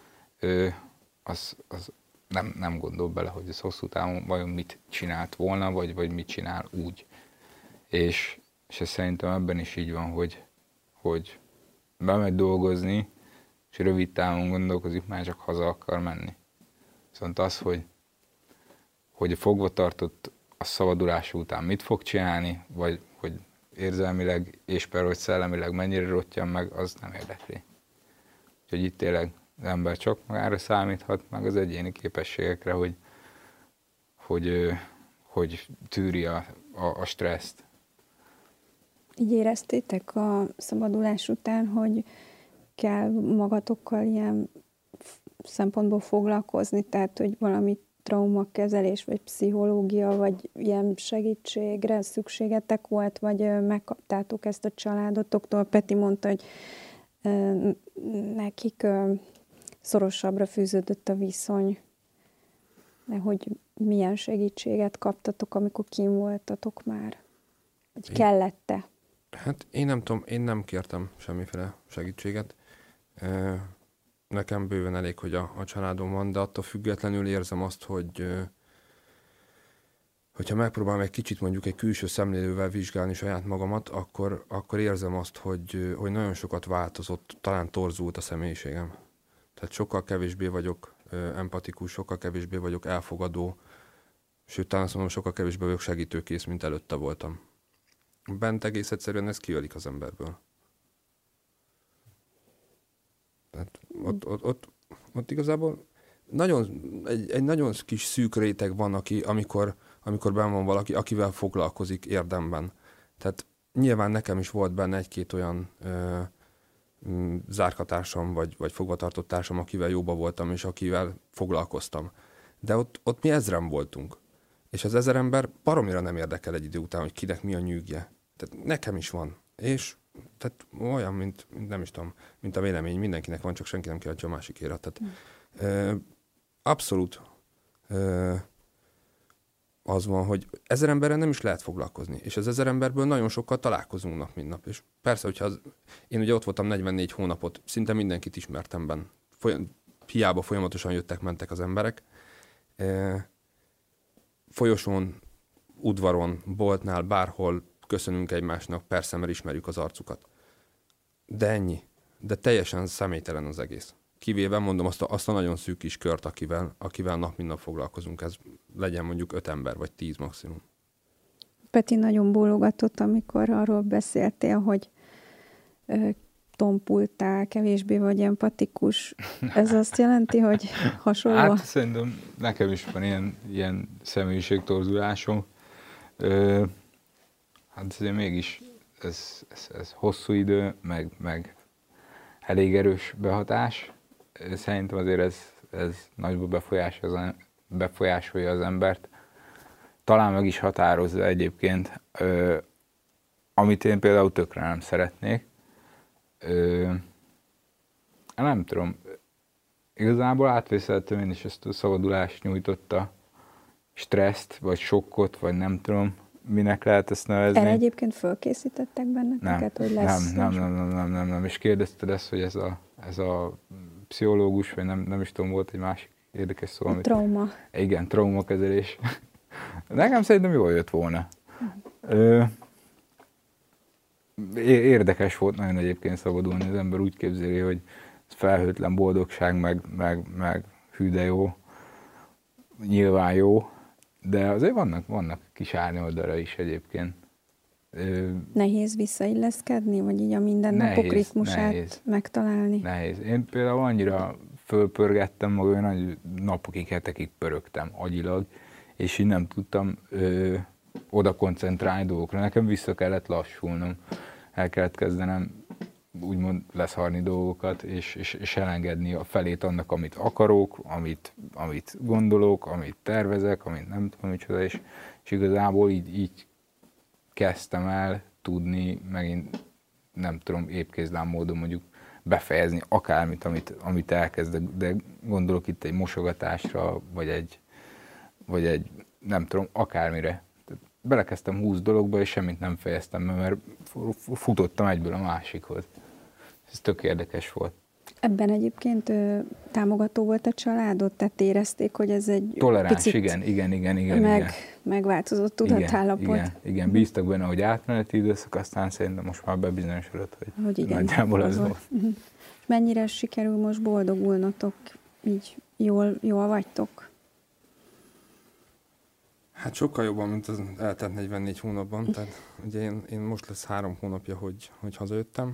C: az nem gondol bele, hogy ez hosszú távon vajon mit csinált volna, vagy mit csinál úgy. És ez szerintem ebben is így van, hogy bemegy dolgozni, és rövid távon gondolkozik, már csak haza akar menni. Viszont az, hogy a fogvatartott a szabadulás után mit fog csinálni, vagy hogy érzelmileg és hogy szellemileg mennyire rottyan meg, az nem érdekli. Úgyhogy itt tényleg az ember csak magára számíthat, meg az egyéni képességekre, hogy tűri a stresszt.
A: Így éreztétek a szabadulás után, hogy kell magatokkal ilyen szempontból foglalkozni, tehát hogy valami traumakezelés, vagy pszichológia, vagy ilyen segítségre szükségetek volt, vagy megkaptátok ezt a családotoktól? Peti mondta, hogy nekik szorosabbra fűződött a viszony, de hogy milyen segítséget kaptatok, amikor kim voltatok már? Hogy kellett-e?
B: Hát én nem tudom, én nem kértem semmiféle segítséget. Nekem bőven elég, hogy a családom van, de attól függetlenül érzem azt, hogyha megpróbálom egy kicsit mondjuk egy külső szemlélővel vizsgálni saját magamat, akkor érzem azt, hogy nagyon sokat változott, talán torzult a személyiségem. Tehát sokkal kevésbé vagyok empatikus, sokkal kevésbé vagyok elfogadó, sőt, talán azt mondom, sokkal kevésbé vagyok segítőkész, mint előtte voltam. Bent egész egyszerűen ez kiölik az emberből. Tehát ott igazából egy nagyon kis szűk réteg van, amikor benn van valaki, akivel foglalkozik érdemben. Tehát nyilván nekem is volt benne egy-két olyan zárkatársam, vagy fogvatartott társam, akivel jóba voltam, és akivel foglalkoztam. De ott mi 1000-en voltunk. És az 1000 ember baromira nem érdekel egy idő után, hogy kinek mi a nyűgje. Tehát nekem is van. És tehát olyan, mint nem is tudom, mint a vélemény, mindenkinek van, csak senki nem kiadja a másikéra. Tehát abszolút az van, hogy 1000 emberrel nem is lehet foglalkozni. És az 1000 emberből nagyon sokkal találkozunk nap, mint nap. És persze, hogyha én ugye ott voltam 44 hónapot, szinte mindenkit ismertem benne. Hiába folyamatosan jöttek-mentek az emberek. Folyosón, udvaron, boltnál, bárhol köszönünk egymásnak, persze, mert ismerjük az arcukat. De ennyi. De teljesen személytelen az egész. kivéve mondom azt a nagyon szűk kis kört, akivel nap mint nap foglalkozunk. Ez legyen mondjuk 5 ember, vagy 10 maximum.
A: Peti nagyon bólogatott, amikor arról beszéltél, hogy tompultál, kevésbé vagy empatikus. Ez azt jelenti, hogy hasonló?
C: Hát szerintem nekem is van ilyen személyiségtorzulásom. Hát azért mégis ez hosszú idő, meg elég erős behatás. Szerintem azért ez nagyban befolyásolja az embert. Talán meg is határozza egyébként, amit én például tökre nem szeretnék. Nem tudom, igazából átvészeltem én is ezt a szabadulást nyújtotta stresszt, vagy sokkot, vagy nem tudom, minek lehet ezt nevezni.
A: Erre egyébként fölkészítettek benneteket, hogy lesz?
C: Nem. És kérdezted ezt, hogy ez a pszichológus, vagy nem is tudom, volt egy másik érdekes szó.
A: A trauma.
C: Igen, traumakezelés. Nekem szerintem jól jött volna. Érdekes volt nagyon egyébként szabadulni, az ember úgy képzeli, hogy felhőtlen boldogság, meg hű de jó, nyilván jó, de azért vannak kis árnyoldala is egyébként.
A: Nehéz visszailleszkedni, vagy így a mindennapok ritmusát megtalálni?
C: Nehéz. Én például annyira fölpörgettem magam, hogy napokig, hetekig pörögtem agyilag, és így nem tudtam oda koncentrálni dolgokra. Nekem vissza kellett lassulnom, el kellett kezdenem úgymond leszarni dolgokat, és elengedni a felét annak, amit akarok, amit gondolok, amit tervezek, amit nem tudom micsoda, és igazából így kezdtem el tudni megint, nem tudom, épkézlán módon mondjuk befejezni akármit, amit elkezdek, de gondolok itt egy mosogatásra, vagy egy nem tudom, akármire. Belekezdtem 20 dologba, és semmit nem fejeztem, mert futottam egyből a másikhoz. Ez tök érdekes volt.
A: Ebben egyébként támogató volt a családod? Tehát érezték, hogy ez egy
C: toleráns,
A: picit
C: igen.
A: Megváltozott tudatállapot?
C: Igen, bíztak benne, hogy átmeneti időszak, aztán szerintem most már bebizonyosodott, hogy
A: igen,
C: nagyjából az volt.
A: Mennyire sikerül most boldogulnotok? Így jól vagytok?
B: Hát sokkal jobban, mint az eltelt 44 hónapban. Tehát ugye én most lesz 3 hónapja, hogy hazajöttem.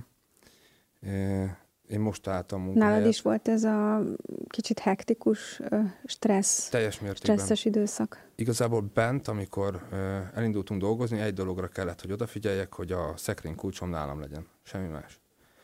B: Én most álltam munkahelyet.
A: Nálad is volt ez a kicsit hektikus stressz?
B: Teljes mértékben.
A: Stresszes időszak?
B: Igazából bent, amikor elindultunk dolgozni, egy dologra kellett, hogy odafigyeljek, hogy a szekrény kulcsom nálam legyen. Semmi más.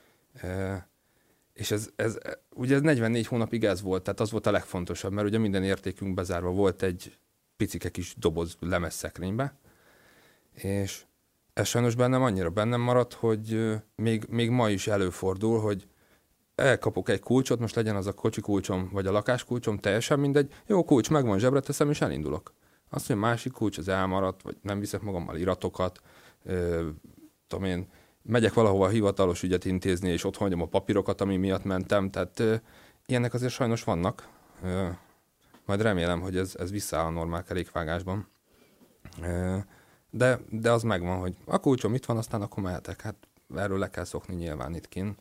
B: És ugye ez 44 hónapig ez volt, tehát az volt a legfontosabb, mert ugye minden értékünk bezárva volt egy picike kis doboz lemesszekrénybe, és ez sajnos annyira bennem maradt, hogy még ma is előfordul, hogy elkapok egy kulcsot, most legyen az a kocsi kulcsom, vagy a lakás kulcsom, teljesen mindegy, jó kulcs, megvan, zsebre teszem, és elindulok. Azt, hogy a másik kulcs az elmaradt, vagy nem viszek magammal iratokat, tudom én, megyek valahova hivatalos ügyet intézni, és ott hagyom a papírokat, ami miatt mentem, tehát ilyenek azért sajnos vannak. Majd remélem, hogy ez visszaáll a normál kerékvágásban. De az megvan, hogy a kulcsom itt van, aztán akkor mehetek. Hát erről le kell szokni nyilván itt kint.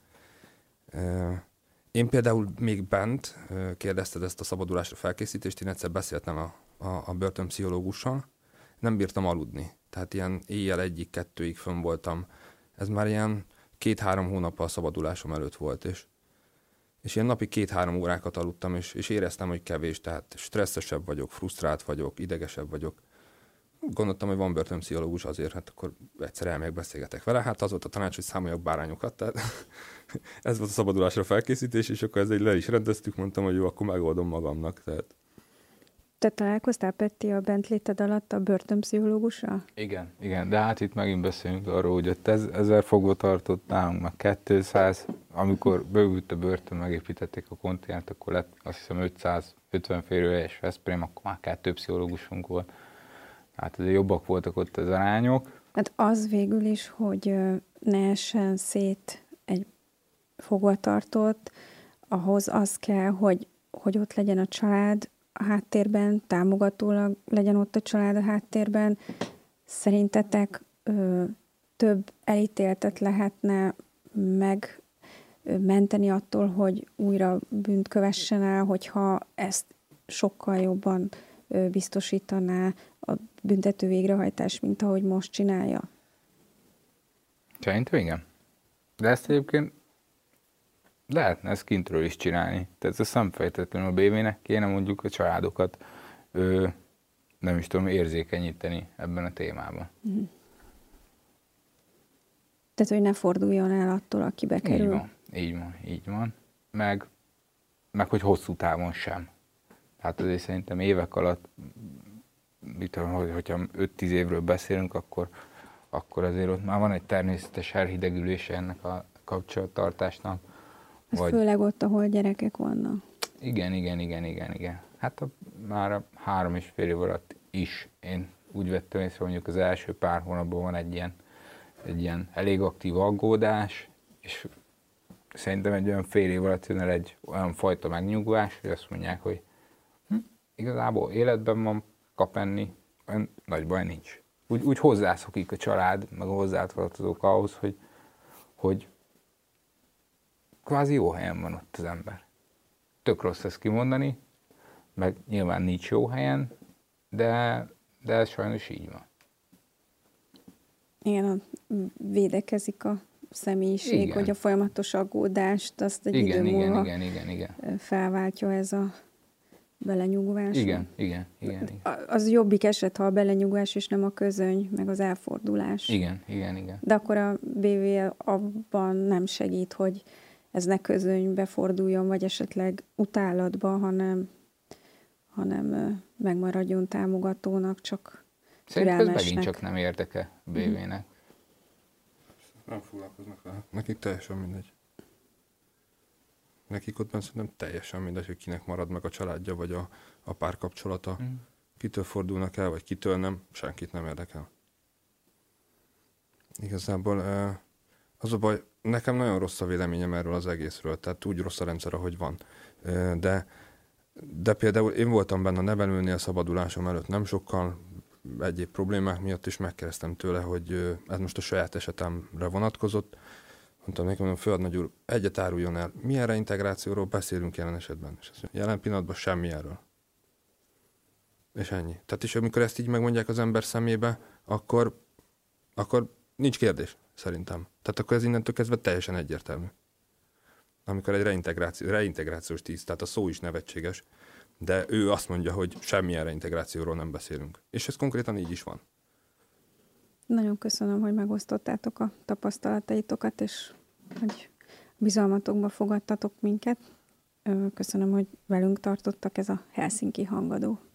B: Én például még bent, kérdezted ezt a szabadulásra felkészítést, én egyszer beszéltem a börtönpszichológussal, nem bírtam aludni. Tehát ilyen éjjel 1-2-ig fönn voltam. Ez már ilyen 2-3 hónappal a szabadulásom előtt volt, és ilyen napi 2-3 órákat aludtam, és éreztem, hogy kevés, tehát stresszesebb vagyok, frusztrált vagyok, idegesebb vagyok. Gondoltam, hogy van börtönpszichológus azért, hát akkor egyszer elmegyek, beszélgetek vele. Hát az volt a tanács, hogy számoljak bárányokat, tehát ez volt a szabadulásra felkészítés, és akkor ezzel le is rendeztük, mondtam, hogy jó, akkor megoldom magamnak. Tehát.
A: Te találkoztál, Peti, a bentléted alatt a börtönpszichológussal?
C: Igen, de hát itt megint beszélünk arról, hogy 1000 fogva tartott nálunk, meg 200, amikor bővült a börtön, megépítették a konténert, akkor lett azt hiszem 550 férőhelyes Veszprém, akkor már 2 pszichológusunk volt. Hát azért jobbak voltak ott az arányok.
A: Hát az végül is, hogy ne essen szét egy fogvatartott, ahhoz az kell, hogy ott legyen a család a háttérben, támogatólag legyen ott a család a háttérben. Szerintetek több elítéltet lehetne menteni attól, hogy újra bűnt kövessen el, hogyha ezt sokkal jobban biztosítaná a büntető végrehajtás, mint ahogy most csinálja?
C: Szerintem igen. De ezt egyébként lehetne ezt kintről is csinálni. Tehát ez nem feltétlenül a BV-nek kéne mondjuk a családokat nem is tudom, érzékenyíteni ebben a témában.
A: Mm. Tehát, hogy ne forduljon el attól, aki bekerül.
C: Így van. Meg hogy hosszú távon sem. Tehát azért szerintem évek alatt, hogyha 5-10 évről beszélünk, akkor azért ott már van egy természetes elhidegülése ennek a kapcsolattartásnak.
A: Főleg ott, ahol gyerekek vannak.
C: Igen. Hát már a 3,5 év alatt is én úgy vettem észre, mondjuk az első pár hónapban van egy ilyen elég aktív aggódás, és szerintem egy olyan fél év alatt jön el egy olyan fajta megnyugvás, hogy azt mondják, hogy igazából életben van, kap enni, olyan nagy baj nincs. Úgy hozzászokik a család, meg a hozzátartozók ahhoz, hogy kvázi jó helyen van ott az ember. Tök rossz ezt kimondani, meg nyilván nincs jó helyen, de ez sajnos így van.
A: Igen, védekezik a személyiség,
C: igen.
A: Hogy a folyamatos aggódást azt egy idő múlva
C: igen.
A: felváltja ez a belenyugvás.
C: Igen.
A: Az jobbik eset, ha a belenyugvás és nem a közöny, meg az elfordulás.
C: Igen.
A: De akkor a BV abban nem segít, hogy ez ne közönybe forduljon, vagy esetleg utálatba, hanem megmaradjon támogatónak, csak
C: szerintem ez megint csak nem érdeke a BV-nek.
B: Nem foglalkoznak vele. Nekik teljesen mindegy. Nekik ott szerintem teljesen mindegy, hogy kinek marad meg a családja, vagy a párkapcsolata. Kitől fordulnak el, vagy kitől nem, senkit nem érdekel. Igazából az a baj, nekem nagyon rossz a véleményem erről az egészről, tehát úgy rossz a rendszer, ahogy van. De például én voltam benne a nevelőnél szabadulásom előtt nem sokkal, egyéb problémák miatt is megkérdeztem tőle, hogy ez most a saját esetemre vonatkozott. Mondtam neki, Földnagy úr, egyet áruljon el, milyen reintegrációról beszélünk jelen esetben? És azt mondja, jelen pillanatban semmi erről. És ennyi. Tehát is amikor ezt így megmondják az ember szemébe, akkor nincs kérdés, szerintem. Tehát akkor ez innentől kezdve teljesen egyértelmű. Amikor egy reintegrációs tíz, tehát a szó is nevetséges, de ő azt mondja, hogy semmilyen reintegrációról nem beszélünk. És ez konkrétan így is van.
A: Nagyon köszönöm, hogy megosztottátok a tapasztalataitokat, és hogy bizalmatokba fogadtatok minket. Köszönöm, hogy velünk tartottak, ez a Helsinki Hangadó.